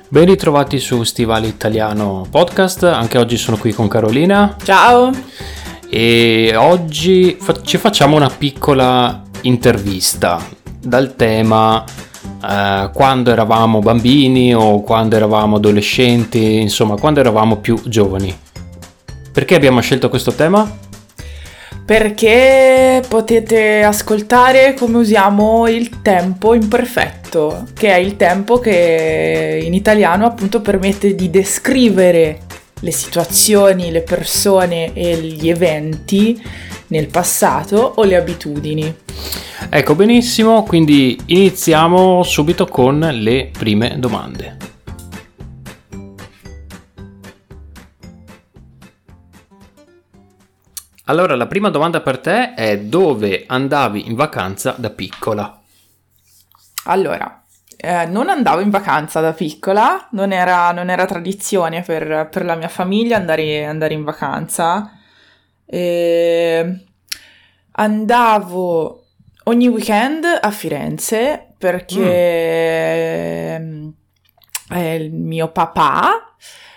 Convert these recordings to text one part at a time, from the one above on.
Ben ritrovati su Stivale Italiano Podcast, anche oggi sono qui con Carolina. Ciao! E oggi ci facciamo una piccola intervista dal tema quando eravamo bambini o quando eravamo adolescenti, insomma quando eravamo più giovani. Perché abbiamo scelto questo tema? Perché potete ascoltare come usiamo il tempo imperfetto, che è il tempo che in italiano appunto permette di descrivere le situazioni, le persone e gli eventi nel passato o le abitudini. Ecco, benissimo, quindi iniziamo subito con le prime domande. Allora, la prima domanda per te è: dove andavi in vacanza da piccola? Allora, non andavo in vacanza da piccola, non era tradizione per la mia famiglia andare in vacanza. Andavo ogni weekend a Firenze perché il mio papà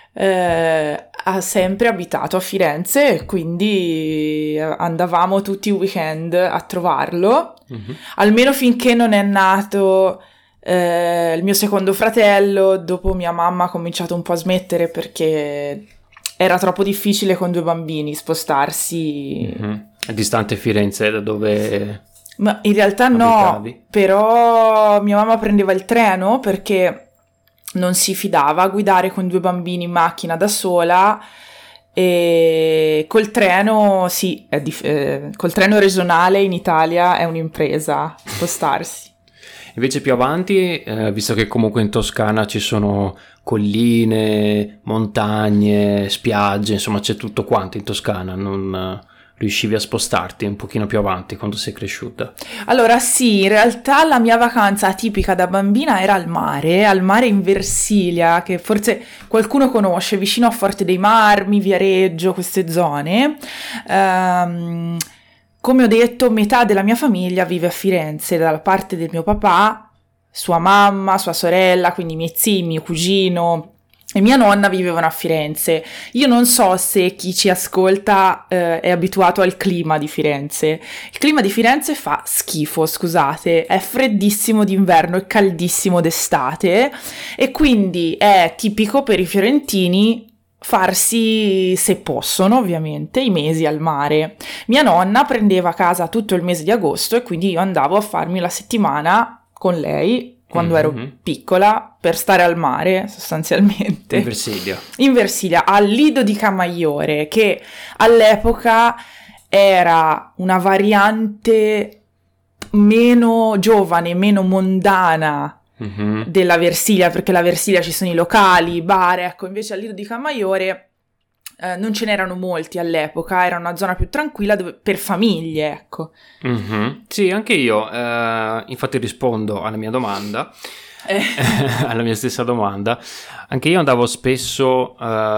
ha sempre abitato a Firenze e quindi andavamo tutti i weekend a trovarlo, almeno finché non è nato il mio secondo fratello. Dopo mia mamma ha cominciato un po' a smettere perché era troppo difficile con due bambini spostarsi. È distante Firenze da dove... Ma in realtà abitavi? No, però mia mamma prendeva il treno perché non si fidava a guidare con due bambini in macchina da sola, e col treno sì, col treno regionale in Italia è un'impresa spostarsi. Invece più avanti, visto che comunque in Toscana ci sono colline, montagne, spiagge, insomma c'è tutto quanto in Toscana, non riuscivi a spostarti un pochino più avanti quando sei cresciuta? Allora sì, in realtà la mia vacanza tipica da bambina era al mare in Versilia, che forse qualcuno conosce, vicino a Forte dei Marmi, Viareggio, queste zone. Come ho detto, metà della mia famiglia vive a Firenze, dalla parte del mio papà, sua mamma, sua sorella, quindi i miei zii, mio cugino e mia nonna vivevano a Firenze. Io non so se chi ci ascolta è abituato al clima di Firenze. Il clima di Firenze fa schifo, scusate, è freddissimo d'inverno e caldissimo d'estate, e quindi è tipico per i fiorentini farsi, se possono ovviamente, i mesi al mare. Mia nonna prendeva a casa tutto il mese di agosto e quindi io andavo a farmi la settimana con lei quando ero piccola per stare al mare, sostanzialmente. In Versilia, al Lido di Camaiore, che all'epoca era una variante meno giovane, meno mondana della Versilia, perché la Versilia ci sono i locali, i bar, ecco. Invece al Lido di Camaiore non ce n'erano molti all'epoca, era una zona più tranquilla per famiglie, ecco. Sì, anche io, infatti rispondo alla mia domanda, alla mia stessa domanda. Anche io andavo spesso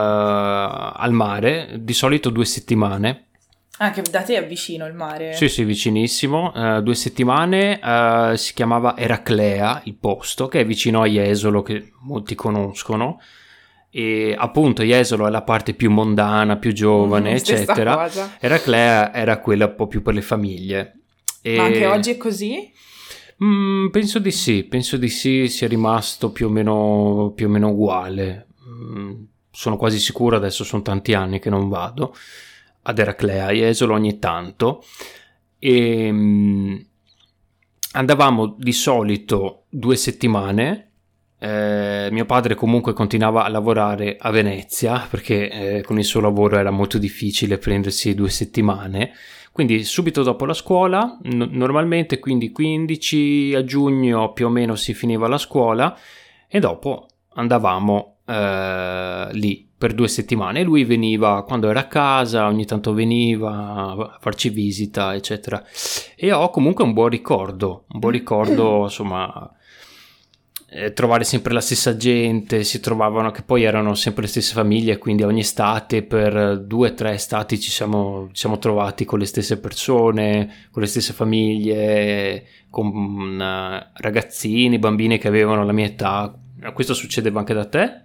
al mare, di solito 2 settimane. Anche da te è vicino il mare? Sì, vicinissimo. 2 settimane. Si chiamava Eraclea, il posto, che è vicino a Jesolo, che molti conoscono. E appunto Jesolo è la parte più mondana, più giovane, eccetera. Cosa. Eraclea era quella un po' più per le famiglie. Ma anche oggi è così? Penso di sì, sia rimasto più o meno uguale. Sono quasi sicuro, adesso sono tanti anni che non vado ad Eraclea, a Jesolo ogni tanto, e andavamo di solito 2 settimane. Mio padre comunque continuava a lavorare a Venezia perché con il suo lavoro era molto difficile prendersi 2 settimane, quindi subito dopo la scuola, normalmente, quindi 15 a giugno più o meno si finiva la scuola e dopo andavamo lì per 2 settimane. Lui veniva quando era a casa, ogni tanto veniva a farci visita, eccetera, e ho comunque un buon ricordo insomma. Trovare sempre la stessa gente, si trovavano, che poi erano sempre le stesse famiglie, quindi ogni estate per 2 o 3 estati ci siamo trovati con le stesse persone, con le stesse famiglie, con ragazzini, bambini che avevano la mia età, Questo succedeva anche da te?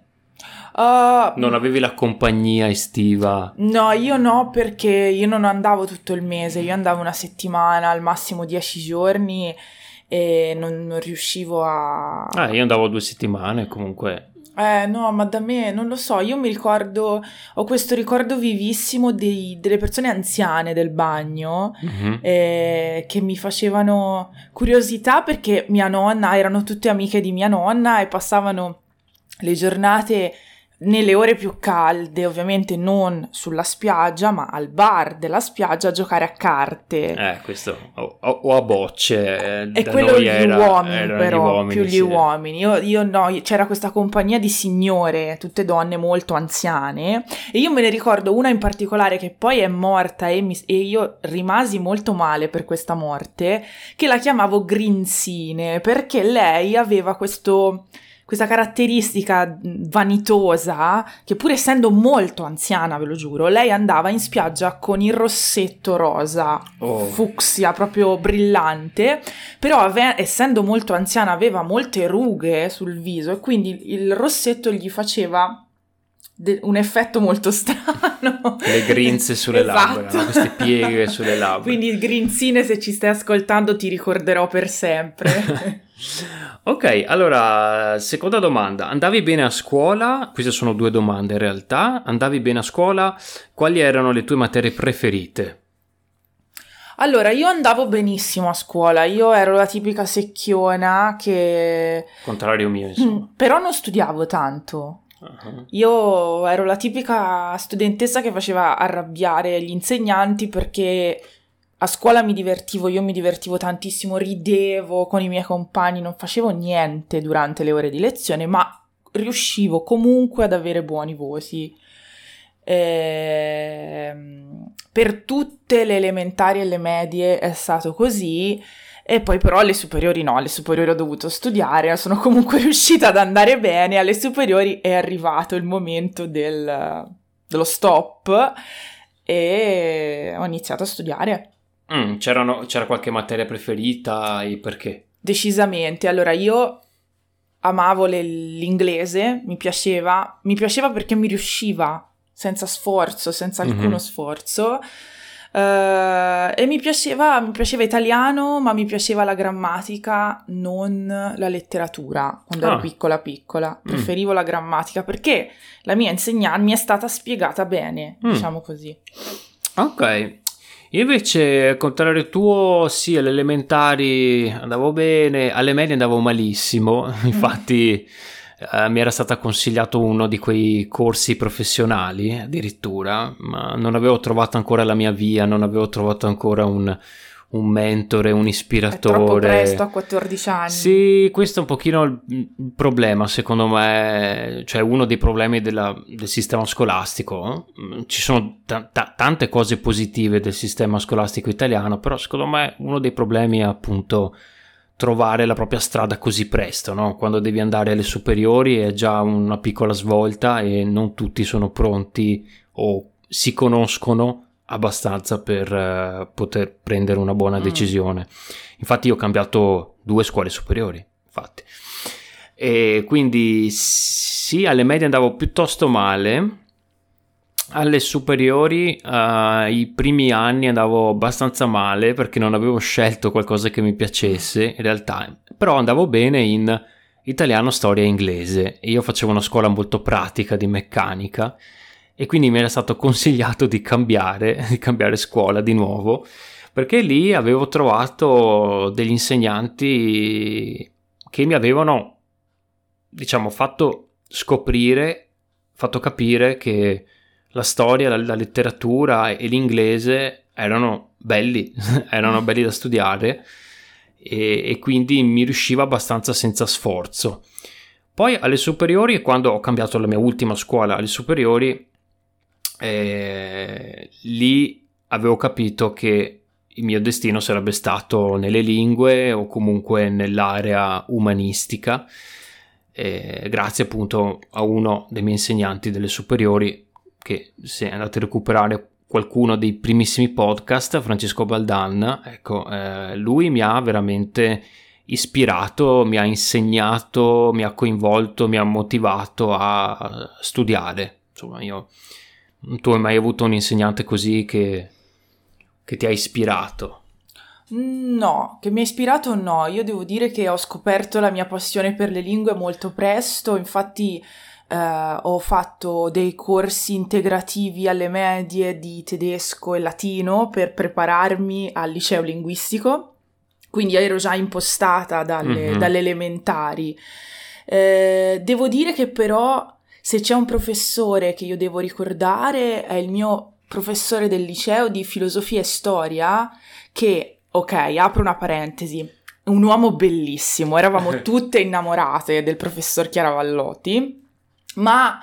Non Uh, avevi la compagnia estiva? no, io no, perché io non andavo tutto il mese, io andavo una settimana, al massimo 10 giorni e non riuscivo a... Io andavo 2 settimane comunque. No, ma da me non lo so, io mi ricordo, ho questo ricordo vivissimo delle persone anziane del bagno Mhm. che mi facevano curiosità perché mia nonna, erano tutte amiche di mia nonna e passavano le giornate nelle ore più calde, ovviamente non sulla spiaggia, ma al bar della spiaggia a giocare a carte. Questo o a bocce. E Da quello noi gli uomini, erano gli però, uomini, più gli sì. uomini. Io no, c'era questa compagnia di signore, tutte donne molto anziane, e io me ne ricordo una in particolare che poi è morta e io rimasi molto male per questa morte, che la chiamavo Grinzine, perché lei aveva questa caratteristica vanitosa, che pur essendo molto anziana, ve lo giuro, lei andava in spiaggia con il rossetto rosa, fucsia, proprio brillante, però essendo molto anziana aveva molte rughe sul viso e quindi il rossetto gli faceva un effetto molto strano. Le grinze sulle labbra, Esatto. no? Queste pieghe sulle labbra. Quindi Grinzine, se ci stai ascoltando ti ricorderò per sempre. Ok, allora, seconda domanda. Andavi bene a scuola? Queste sono 2 domande in realtà. Andavi bene a scuola? Quali erano le tue materie preferite? Allora, io andavo benissimo a scuola, io ero la tipica secchiona che... Contrario mio, insomma. Però non studiavo tanto. Uh-huh. Io ero la tipica studentessa che faceva arrabbiare gli insegnanti perché a scuola io mi divertivo tantissimo, ridevo con i miei compagni, non facevo niente durante le ore di lezione, ma riuscivo comunque ad avere buoni voti. Per tutte le elementari e le medie è stato così, e poi però alle superiori no, alle superiori ho dovuto studiare, sono comunque riuscita ad andare bene, alle superiori è arrivato il momento dello stop e ho iniziato a studiare. C'era qualche materia preferita e perché? Decisamente, allora io amavo l'inglese, mi piaceva perché mi riusciva senza sforzo, senza alcuno sforzo. E mi piaceva italiano, ma mi piaceva la grammatica, non la letteratura. Quando ero piccola, preferivo la grammatica perché la mia insegnante mi è stata spiegata bene, diciamo così. Ok. Io invece, al contrario tuo, sì, alle elementari andavo bene, alle medie andavo malissimo, infatti mi era stato consigliato uno di quei corsi professionali addirittura, ma non avevo trovato ancora la mia via, non avevo trovato ancora un mentore, un ispiratore. È troppo presto a 14 anni. Sì, questo è un pochino il problema, secondo me, cioè uno dei problemi del sistema scolastico. Ci sono tante cose positive del sistema scolastico italiano, però secondo me uno dei problemi è appunto trovare la propria strada così presto, no? Quando devi andare alle superiori è già una piccola svolta e non tutti sono pronti o si conoscono abbastanza per poter prendere una buona decisione. Infatti io ho cambiato 2 scuole superiori, infatti. E quindi sì, alle medie andavo piuttosto male, alle superiori i primi anni andavo abbastanza male perché non avevo scelto qualcosa che mi piacesse in realtà, però andavo bene in italiano, storia e inglese e io facevo una scuola molto pratica di meccanica e quindi mi era stato consigliato di cambiare scuola di nuovo perché lì avevo trovato degli insegnanti che mi avevano, diciamo, fatto capire che la storia, la letteratura e l'inglese erano belli da studiare e quindi mi riusciva abbastanza senza sforzo. Poi alle superiori, quando ho cambiato la mia ultima scuola alle superiori, lì avevo capito che il mio destino sarebbe stato nelle lingue o comunque nell'area umanistica, grazie appunto a uno dei miei insegnanti delle superiori, che se andate a recuperare qualcuno dei primissimi podcast, Francesco Baldan, ecco, lui mi ha veramente ispirato, mi ha insegnato, mi ha coinvolto, mi ha motivato a studiare. Insomma, tu hai mai avuto un insegnante così che ti ha ispirato? No, che mi ha ispirato no, io devo dire che ho scoperto la mia passione per le lingue molto presto, infatti ho fatto dei corsi integrativi alle medie di tedesco e latino per prepararmi al liceo linguistico, quindi ero già impostata dalle elementari. Devo dire che però se c'è un professore che io devo ricordare è il mio professore del liceo di filosofia e storia che, ok, apro una parentesi, un uomo bellissimo, eravamo tutte innamorate del professor Chiaravallotti, ma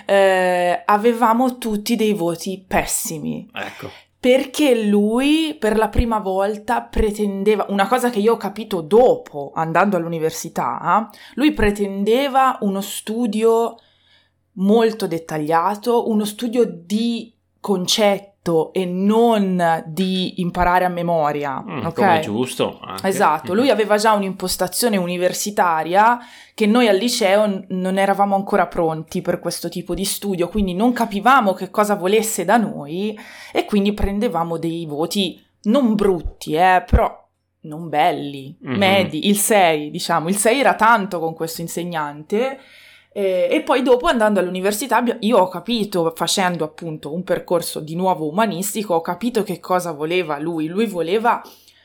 avevamo tutti dei voti pessimi. Ecco. Perché lui per la prima volta pretendeva, una cosa che io ho capito dopo, andando all'università, lui pretendeva uno studio molto dettagliato, uno studio di concetto e non di imparare a memoria, ok? Come è giusto. Anche. Esatto, lui aveva già un'impostazione universitaria che noi al liceo non eravamo ancora pronti per questo tipo di studio, quindi non capivamo che cosa volesse da noi e quindi prendevamo dei voti non brutti, però non belli, medi, il 6, diciamo. Il 6 era tanto con questo insegnante. E poi dopo andando all'università io ho capito, facendo appunto un percorso di nuovo umanistico, ho capito che cosa voleva lui. Lui voleva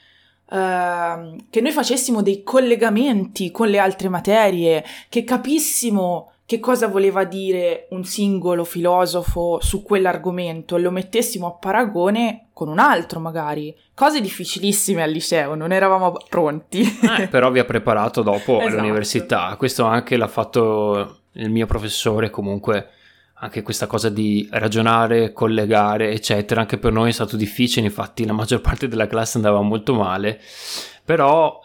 che noi facessimo dei collegamenti con le altre materie, che capissimo che cosa voleva dire un singolo filosofo su quell'argomento e lo mettessimo a paragone con un altro magari. Cose difficilissime al liceo, non eravamo pronti. Però vi ha preparato dopo Esatto. all'università. Questo anche l'ha fatto il mio professore, comunque anche questa cosa di ragionare, collegare, eccetera. Anche per noi è stato difficile, infatti la maggior parte della classe andava molto male, però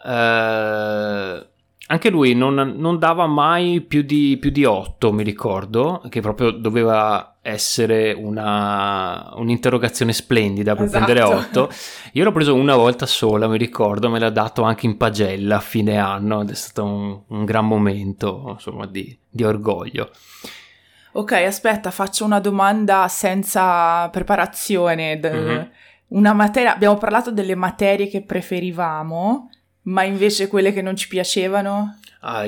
anche lui non dava mai più di 8, mi ricordo, che proprio doveva essere un'interrogazione splendida per prendere 8. Io l'ho preso una volta sola, mi ricordo, me l'ha dato anche in pagella a fine anno ed è stato un gran momento, insomma, di orgoglio. Ok, aspetta, faccio una domanda senza preparazione. Una materia, abbiamo parlato delle materie che preferivamo, ma invece quelle che non ci piacevano?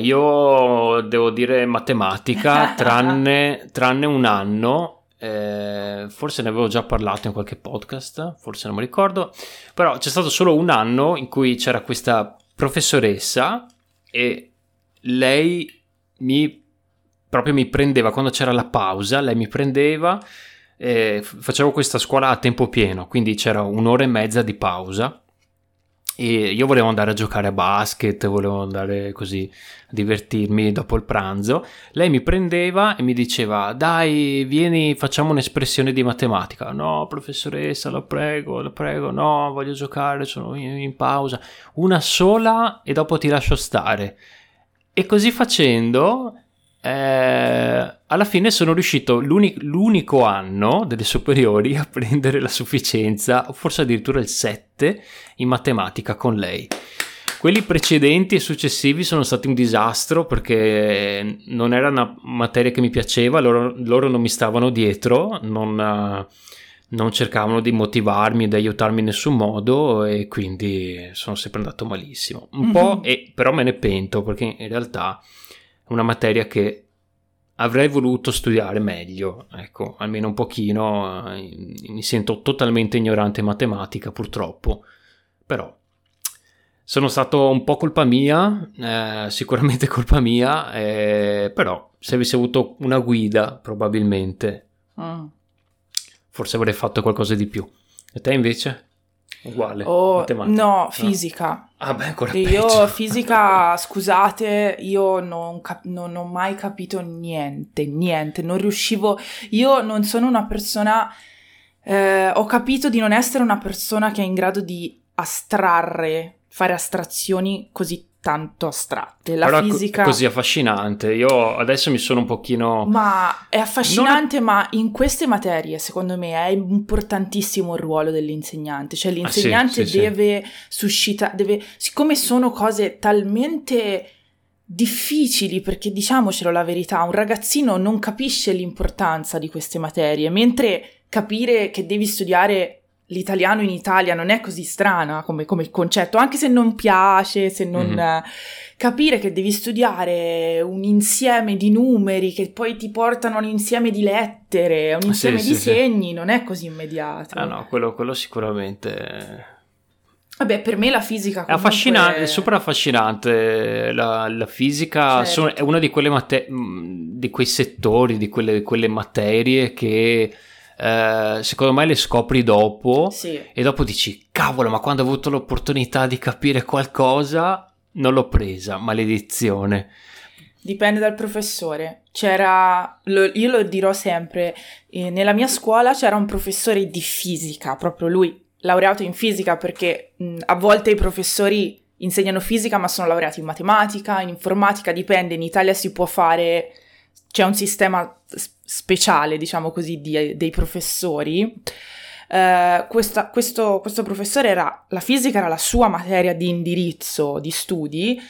Io devo dire matematica, tranne un anno, forse ne avevo già parlato in qualche podcast, forse non mi ricordo, però c'è stato solo un anno in cui c'era questa professoressa e lei mi prendeva quando c'era la pausa, lei mi prendeva, facevo questa scuola a tempo pieno, quindi c'era 1 ora e mezza di pausa e io volevo andare a giocare a basket, volevo andare così a divertirmi dopo il pranzo. Lei mi prendeva e mi diceva: dai, vieni, facciamo un'espressione di matematica. No, professoressa, la prego, no, voglio giocare, sono in pausa. Una sola e dopo ti lascio stare. E così facendo alla fine sono riuscito l'unico anno delle superiori a prendere la sufficienza, o forse addirittura il 7 in matematica con lei. Quelli precedenti e successivi sono stati un disastro perché non era una materia che mi piaceva, loro non mi stavano dietro, non cercavano di motivarmi e di aiutarmi in nessun modo e quindi sono sempre andato malissimo. Un po', però me ne pento perché in realtà una materia che avrei voluto studiare meglio, ecco, almeno un pochino. Mi sento totalmente ignorante in matematica, purtroppo, però sono stato un po' colpa mia, sicuramente colpa mia, però se avessi avuto una guida probabilmente forse avrei fatto qualcosa di più. E te invece? Uguale? No, fisica. Beh, ancora io peggio. Fisica, scusate, io non ho mai capito niente, non riuscivo, io non sono una persona, ho capito di non essere una persona che è in grado di fare astrazioni così tanto astratte. La Però fisica... è così affascinante. Io adesso mi sono un pochino... Ma è affascinante, ma in queste materie, secondo me, è importantissimo il ruolo dell'insegnante. Cioè l'insegnante deve suscitare... Siccome sono cose talmente difficili, perché diciamocelo la verità, un ragazzino non capisce l'importanza di queste materie, mentre capire che devi studiare l'italiano in Italia non è così strana come concetto, anche se non piace, se non... Capire che devi studiare un insieme di numeri che poi ti portano a un insieme di lettere, un insieme di segni, non è così immediato. Ah no, quello sicuramente... Vabbè, per me la fisica è affascinante, è super affascinante. La fisica è una di quelle di quei settori, di quelle materie che... secondo me le scopri dopo e dopo dici cavolo, ma quando ho avuto l'opportunità di capire qualcosa non l'ho presa, maledizione. Dipende dal professore. Io lo dirò sempre, nella mia scuola c'era un professore di fisica, proprio lui laureato in fisica, perché a volte i professori insegnano fisica ma sono laureati in matematica, in informatica, dipende. In Italia si può fare, c'è un sistema speciale, diciamo così, dei professori. Questo professore la fisica era la sua materia di indirizzo di studi,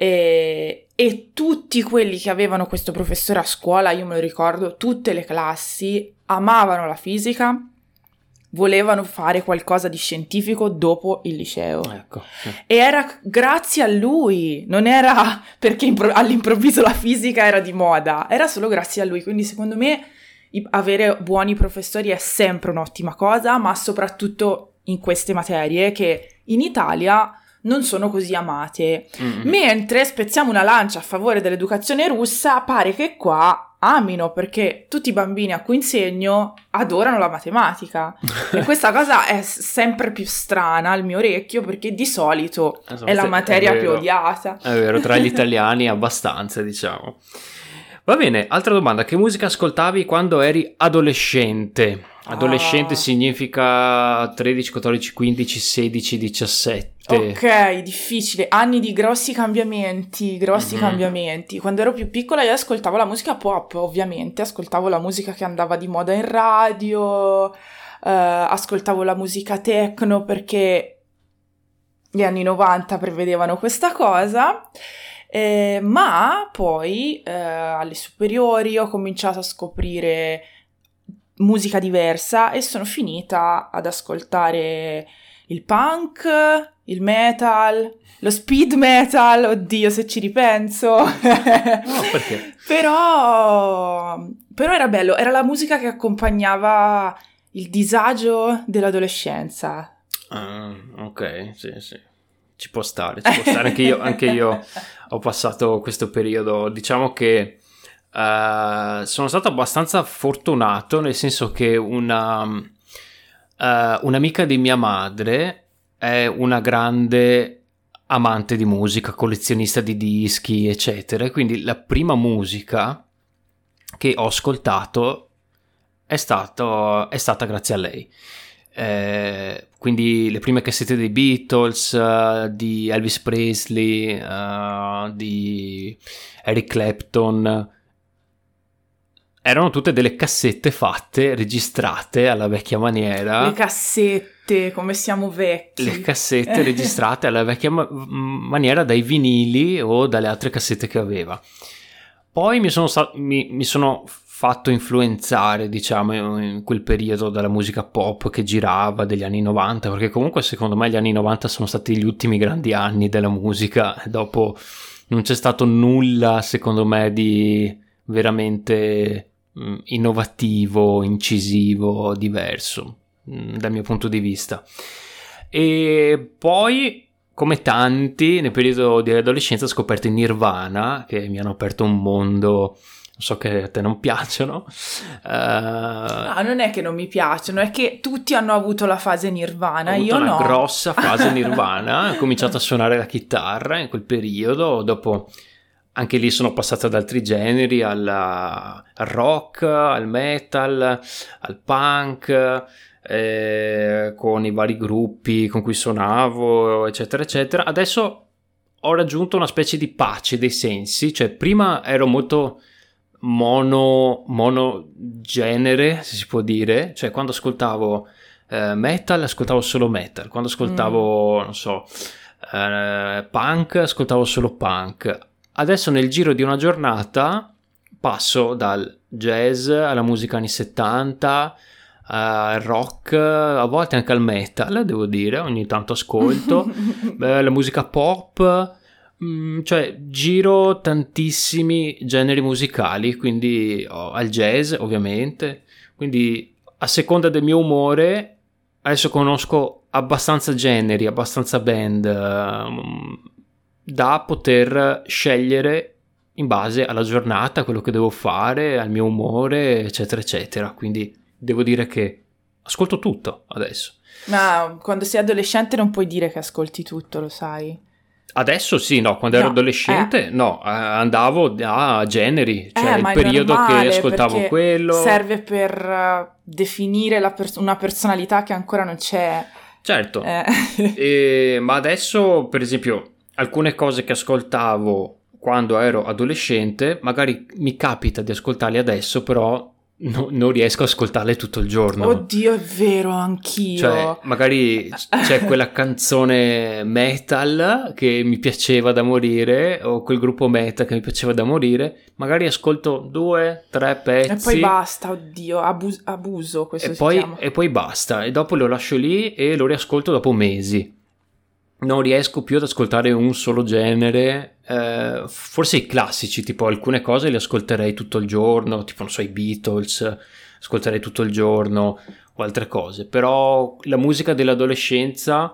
e tutti quelli che avevano questo professore a scuola, io me lo ricordo, tutte le classi amavano la fisica, volevano fare qualcosa di scientifico dopo il liceo. Ecco. E era grazie a lui, non era perché all'improvviso la fisica era di moda, era solo grazie a lui. Quindi secondo me avere buoni professori è sempre un'ottima cosa, ma soprattutto in queste materie che in Italia non sono così amate. Mentre spezziamo una lancia a favore dell'educazione russa, pare che qua amino, perché tutti i bambini a cui insegno adorano la matematica. E questa cosa è sempre più strana al mio orecchio, perché di solito è la materia più odiata. È vero, tra gli italiani abbastanza, diciamo. Va bene, altra domanda. Che musica ascoltavi quando eri adolescente? Adolescente significa 13, 14, 15, 16, 17. Ok, difficile. Anni di grossi cambiamenti, cambiamenti. Quando ero più piccola io ascoltavo la musica pop, ovviamente. Ascoltavo la musica che andava di moda in radio, ascoltavo la musica techno perché gli anni 90 prevedevano questa cosa. Ma poi alle superiori ho cominciato a scoprire musica diversa e sono finita ad ascoltare il punk, il metal, lo speed metal, oddio se ci ripenso. No, perché? Però era bello, era la musica che accompagnava il disagio dell'adolescenza. Ok, sì. Ci può stare. Anche io ho passato questo periodo. Diciamo che sono stato abbastanza fortunato, nel senso che un'amica di mia madre è una grande amante di musica, collezionista di dischi, eccetera. Quindi la prima musica che ho ascoltato è stata grazie a lei. Quindi le prime cassette dei Beatles, di Elvis Presley, di Eric Clapton, erano tutte delle cassette fatte, registrate alla vecchia maniera. Le cassette, come siamo vecchi. Le cassette registrate alla vecchia maniera dai vinili o dalle altre cassette che aveva. Poi mi sono fatto influenzare, diciamo, in quel periodo dalla musica pop che girava degli anni 90, perché comunque secondo me gli anni 90 sono stati gli ultimi grandi anni della musica. Dopo non c'è stato nulla, secondo me, di veramente innovativo, incisivo, diverso dal mio punto di vista. E poi, come tanti, nel periodo di adolescenza ho scoperto i Nirvana, che mi hanno aperto un mondo. So che a te non piacciono. No, non è che non mi piacciono, è che tutti hanno avuto la fase Nirvana, io no. Ho avuto una grossa fase Nirvana, ho cominciato a suonare la chitarra in quel periodo, dopo anche lì sono passato ad altri generi, al rock, al metal, al punk, con i vari gruppi con cui suonavo, eccetera, eccetera. Adesso ho raggiunto una specie di pace dei sensi, cioè prima ero molto monogenere, se si può dire, cioè quando ascoltavo metal, ascoltavo solo metal, quando ascoltavo, non so, punk, ascoltavo solo punk. Adesso nel giro di una giornata passo dal jazz alla musica anni 70, al rock, a volte anche al metal, devo dire, ogni tanto ascolto, la musica pop, cioè giro tantissimi generi musicali, quindi al jazz ovviamente, quindi a seconda del mio umore adesso conosco abbastanza generi, abbastanza band da poter scegliere in base alla giornata, quello che devo fare, al mio umore, eccetera eccetera, quindi devo dire che ascolto tutto adesso. Ma quando sei adolescente non puoi dire che ascolti tutto, lo sai? Adesso sì, no, quando ero adolescente no, andavo a generi, cioè il periodo che ascoltavo quello. Serve per definire una personalità che ancora non c'è. Certo, ma adesso per esempio alcune cose che ascoltavo quando ero adolescente, magari mi capita di ascoltarle adesso, però non riesco ad ascoltarle tutto il giorno. Oddio, è vero, anch'io. Cioè, magari c'è quella canzone metal che mi piaceva da morire, o quel gruppo metal che mi piaceva da morire, magari ascolto 2-3 pezzi. E poi basta, oddio, abuso questo si chiama. E poi basta, e dopo lo lascio lì e lo riascolto dopo mesi. Non riesco più ad ascoltare un solo genere, forse i classici, tipo alcune cose le ascolterei tutto il giorno, tipo non so, i Beatles, ascolterei tutto il giorno o altre cose, però la musica dell'adolescenza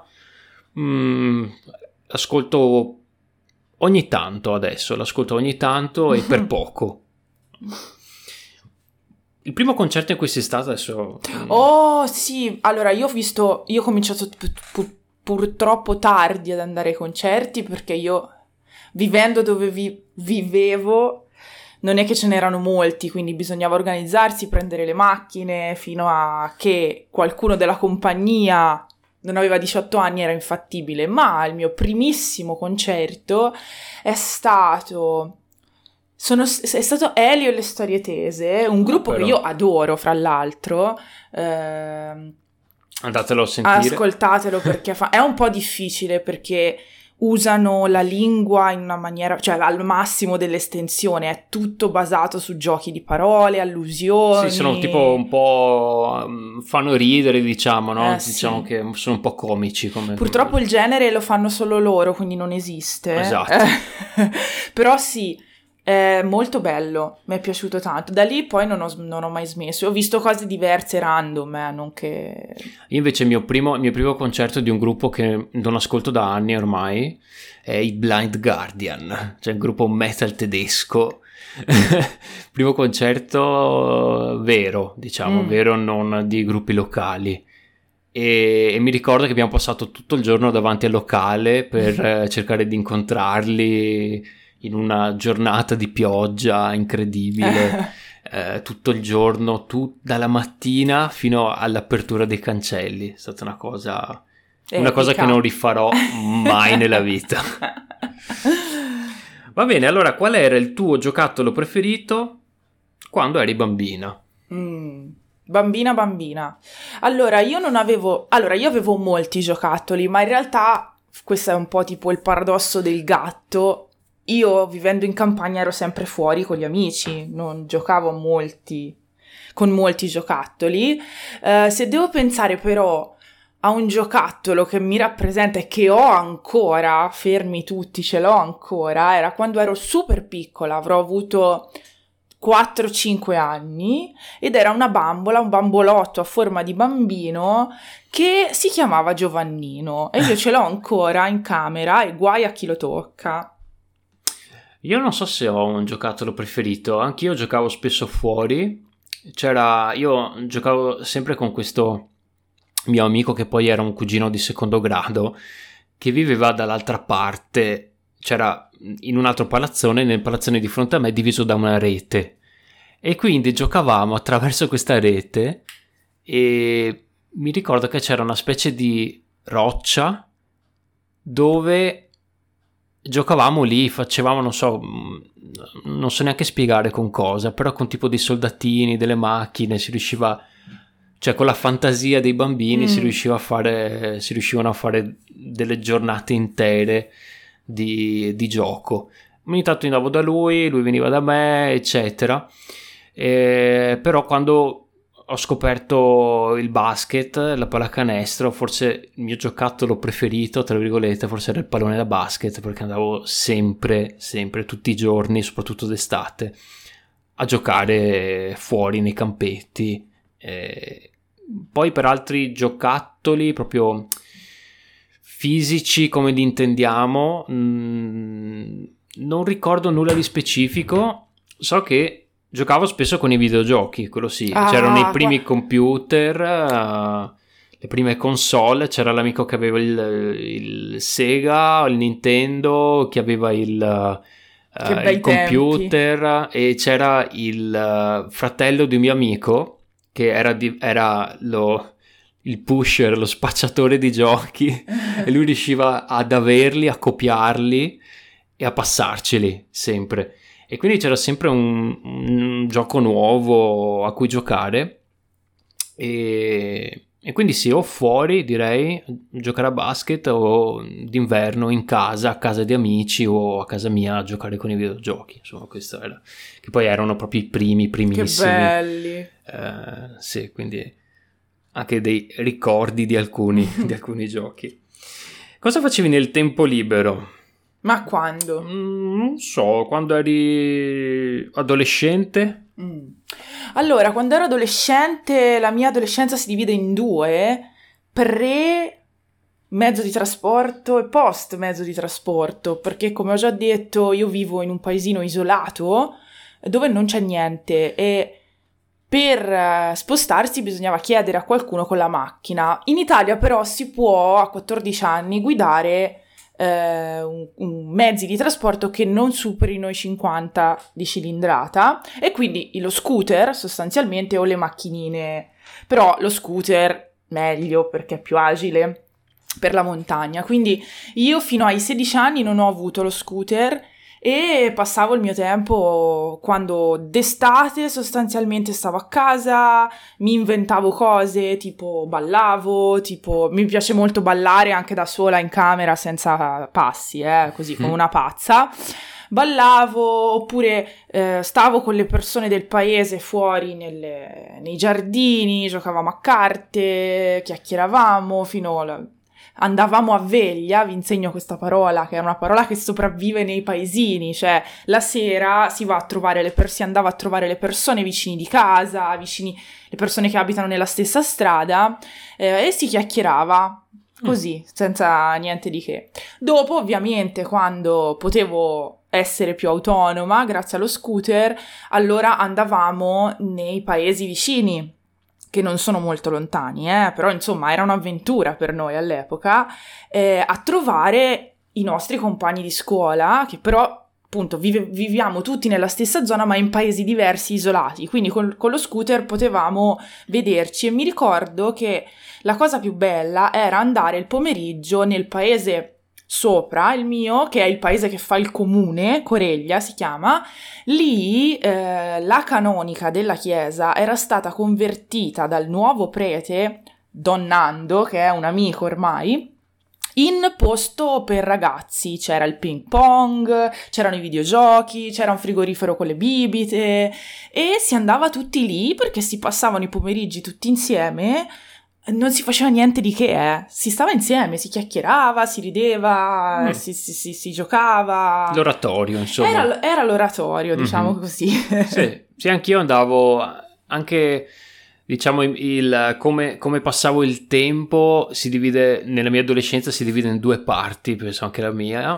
ascolto ogni tanto adesso, l'ascolto ogni tanto e per poco. Il primo concerto in cui sei stato adesso... Oh sì, allora io ho cominciato purtroppo tardi ad andare ai concerti, perché io, vivendo dove vivevo, non è che ce n'erano molti, quindi bisognava organizzarsi, prendere le macchine, fino a che qualcuno della compagnia non aveva 18 anni, era infattibile. Ma il mio primissimo concerto è stato Elio e le Storie Tese, un gruppo che io adoro, fra l'altro. Andatelo a sentire. Ascoltatelo, perché è un po' difficile, perché usano la lingua in una maniera, cioè al massimo dell'estensione, è tutto basato su giochi di parole, allusioni. Sì, sono tipo un po'... fanno ridere, diciamo, no? Diciamo sì. che sono un po' comici. Purtroppo il genere lo fanno solo loro, quindi non esiste. Esatto. Però sì, è molto bello, mi è piaciuto tanto. Da lì poi non ho mai smesso. Ho visto cose diverse, random, non che... Io invece il mio primo concerto di un gruppo che non ascolto da anni ormai è i Blind Guardian, cioè un gruppo metal tedesco. Primo concerto vero, diciamo, vero, non di gruppi locali. E mi ricordo che abbiamo passato tutto il giorno davanti al locale per cercare di incontrarli in una giornata di pioggia incredibile, tutto il giorno, dalla mattina fino all'apertura dei cancelli. È stata una cosa che non rifarò mai nella vita. Va bene, allora qual era il tuo giocattolo preferito quando eri bambina? Bambina. Allora, io avevo molti giocattoli, ma in realtà questo è un po' tipo il paradosso del gatto. Io, vivendo in campagna, ero sempre fuori con gli amici, non giocavo con molti giocattoli. Se devo pensare però a un giocattolo che mi rappresenta e che ho ancora, fermi tutti, ce l'ho ancora, era quando ero super piccola, avrò avuto 4-5 anni, ed era una bambola, un bambolotto a forma di bambino che si chiamava Giovannino, e io ce l'ho ancora in camera e guai a chi lo tocca. Io non so se ho un giocattolo preferito, anch'io giocavo spesso fuori, io giocavo sempre con questo mio amico che poi era un cugino di secondo grado, che viveva dall'altra parte, c'era in un altro palazzone, nel palazzone di fronte a me diviso da una rete, e quindi giocavamo attraverso questa rete, e mi ricordo che c'era una specie di roccia dove giocavamo lì, facevamo, non so, non so neanche spiegare con cosa, però con tipo dei soldatini, delle macchine, si riusciva, cioè con la fantasia dei bambini si riuscivano a fare delle giornate intere di gioco. Ogni tanto andavo da lui veniva da me, eccetera. Però quando ho scoperto il basket, la pallacanestro, forse il mio giocattolo preferito, tra virgolette, forse era il pallone da basket, perché andavo sempre, tutti i giorni, soprattutto d'estate, a giocare fuori nei campetti. Poi per altri giocattoli proprio fisici, come li intendiamo, non ricordo nulla di specifico. So che giocavo spesso con i videogiochi, quello sì. C'erano i primi computer, le prime console, c'era l'amico che aveva il Sega, il Nintendo, che aveva il computer, e c'era il fratello di un mio amico che era il pusher, lo spacciatore di giochi, e lui riusciva ad averli, a copiarli e a passarceli sempre. E quindi c'era sempre un gioco nuovo a cui giocare, e quindi sì, o fuori, direi, giocare a basket, o d'inverno in casa, a casa di amici o a casa mia a giocare con i videogiochi. Insomma, questo era, che poi erano proprio i primissimi. Che belli! Sì, quindi anche dei ricordi di alcuni giochi. Cosa facevi nel tempo libero? Ma quando? Non so, quando eri adolescente? Allora, quando ero adolescente, la mia adolescenza si divide in due: pre-mezzo di trasporto e post-mezzo di trasporto, perché come ho già detto io vivo in un paesino isolato dove non c'è niente, e per spostarsi bisognava chiedere a qualcuno con la macchina. In Italia però si può a 14 anni guidare mezzi di trasporto che non superino i 50 di cilindrata, e quindi lo scooter sostanzialmente, o le macchinine, però lo scooter meglio perché è più agile per la montagna. Quindi io fino ai 16 anni non ho avuto lo scooter e passavo il mio tempo, quando d'estate sostanzialmente stavo a casa, mi inventavo cose, tipo ballavo, tipo mi piace molto ballare anche da sola in camera senza passi, così come una pazza. Ballavo, oppure stavo con le persone del paese fuori nei giardini, giocavamo a carte, chiacchieravamo andavamo a veglia. Vi insegno questa parola, che è una parola che sopravvive nei paesini, cioè la sera si va a trovare si andava a trovare le persone vicini di casa, le persone che abitano nella stessa strada, e si chiacchierava così, senza niente di che. Dopo, ovviamente, quando potevo essere più autonoma grazie allo scooter, allora andavamo nei paesi vicini, che non sono molto lontani, però insomma era un'avventura per noi all'epoca, a trovare i nostri compagni di scuola, che però appunto viviamo tutti nella stessa zona ma in paesi diversi, isolati, quindi con lo scooter potevamo vederci. E mi ricordo che la cosa più bella era andare il pomeriggio nel paese sopra il mio, che è il paese che fa il comune, Coreglia si chiama. Lì la canonica della chiesa era stata convertita dal nuovo prete, Don Nando, che è un amico ormai, in posto per ragazzi. C'era il ping pong, c'erano i videogiochi, c'era un frigorifero con le bibite, e si andava tutti lì perché si passavano i pomeriggi tutti insieme. Non si faceva niente di che, si stava insieme, si chiacchierava, si rideva, si giocava. L'oratorio, insomma. Era l'oratorio, diciamo così. Sì, anch'io andavo, anche, diciamo, come passavo il tempo si divide, nella mia adolescenza si divide in due parti, penso anche la mia,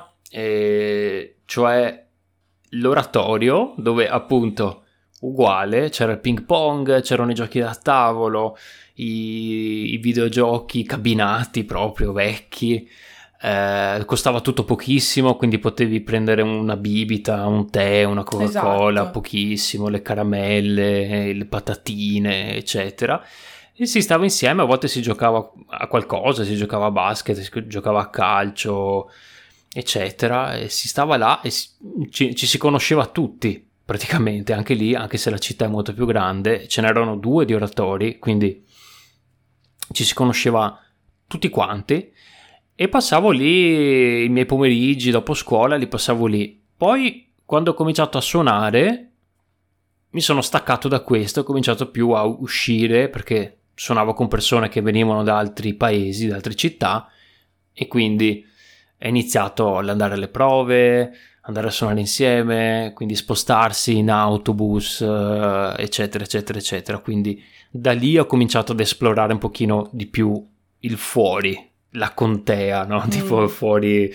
cioè l'oratorio, dove appunto uguale, c'era il ping pong, c'erano i giochi da tavolo, i videogiochi cabinati proprio vecchi, costava tutto pochissimo, quindi potevi prendere una bibita, un tè, una Coca-Cola, esatto, pochissimo, le caramelle, le patatine, eccetera, e si stava insieme. A volte si giocava a qualcosa, si giocava a basket, si giocava a calcio, eccetera, e si stava là e ci si conosceva tutti praticamente, anche lì, anche se la città è molto più grande, ce n'erano 2 di oratori, quindi ci si conosceva tutti quanti, e passavo lì i miei pomeriggi dopo scuola, li passavo lì. Poi quando ho cominciato a suonare mi sono staccato da questo, ho cominciato più a uscire perché suonavo con persone che venivano da altri paesi, da altre città, e quindi è iniziato ad andare alle prove, andare a suonare insieme, quindi spostarsi in autobus, eccetera, eccetera, eccetera. Quindi da lì ho cominciato ad esplorare un pochino di più il fuori, la contea, no? Tipo fuori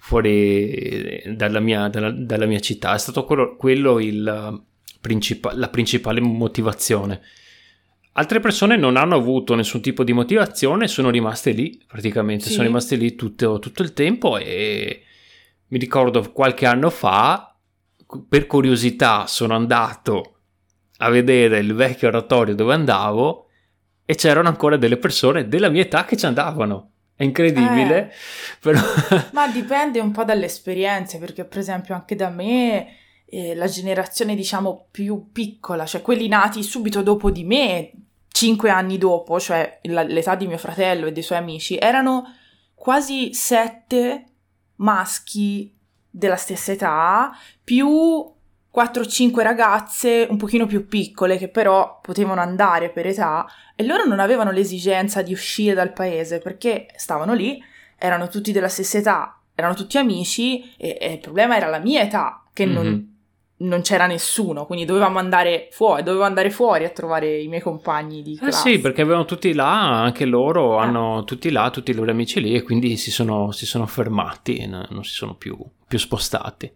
dalla mia città. È stato quello la principale motivazione. Altre persone non hanno avuto nessun tipo di motivazione, sono rimaste lì praticamente, Sì. sono rimaste lì tutto il tempo, e mi ricordo qualche anno fa, per curiosità, sono andato a vedere il vecchio oratorio dove andavo e c'erano ancora delle persone della mia età che ci andavano. È incredibile, però... Ma dipende un po' dalle esperienze, perché per esempio anche da me... la generazione diciamo più piccola, cioè quelli nati subito dopo di me, 5 anni dopo, cioè l'età di mio fratello e dei suoi amici, erano quasi 7 maschi della stessa età, più 4-5 ragazze un pochino più piccole che però potevano andare per età, e loro non avevano l'esigenza di uscire dal paese perché stavano lì, erano tutti della stessa età, erano tutti amici, e il problema era la mia età, che non c'era nessuno, quindi dovevo andare fuori a trovare i miei compagni di classe. Sì, perché avevano tutti là, anche loro hanno tutti là, tutti i loro amici lì, e quindi si sono fermati e non si sono più spostati.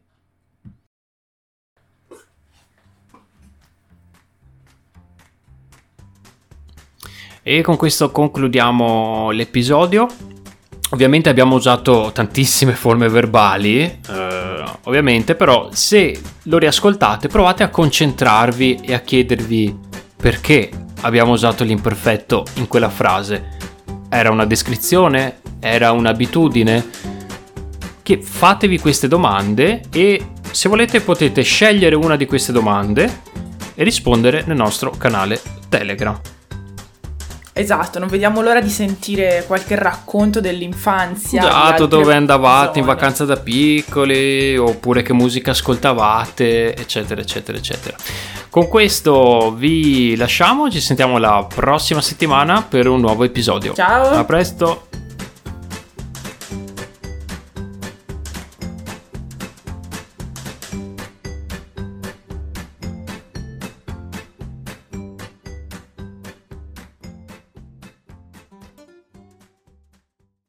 E con questo concludiamo l'episodio. Ovviamente abbiamo usato tantissime forme verbali, ovviamente, però se lo riascoltate provate a concentrarvi e a chiedervi perché abbiamo usato l'imperfetto in quella frase. Era una descrizione? Era un'abitudine? Fatevi queste domande, e se volete potete scegliere una di queste domande e rispondere nel nostro canale Telegram. Esatto, non vediamo l'ora di sentire qualche racconto dell'infanzia. Esatto, dove andavate in vacanza da piccoli, oppure che musica ascoltavate, eccetera, eccetera, eccetera. Con questo vi lasciamo, ci sentiamo la prossima settimana per un nuovo episodio. Ciao! A presto!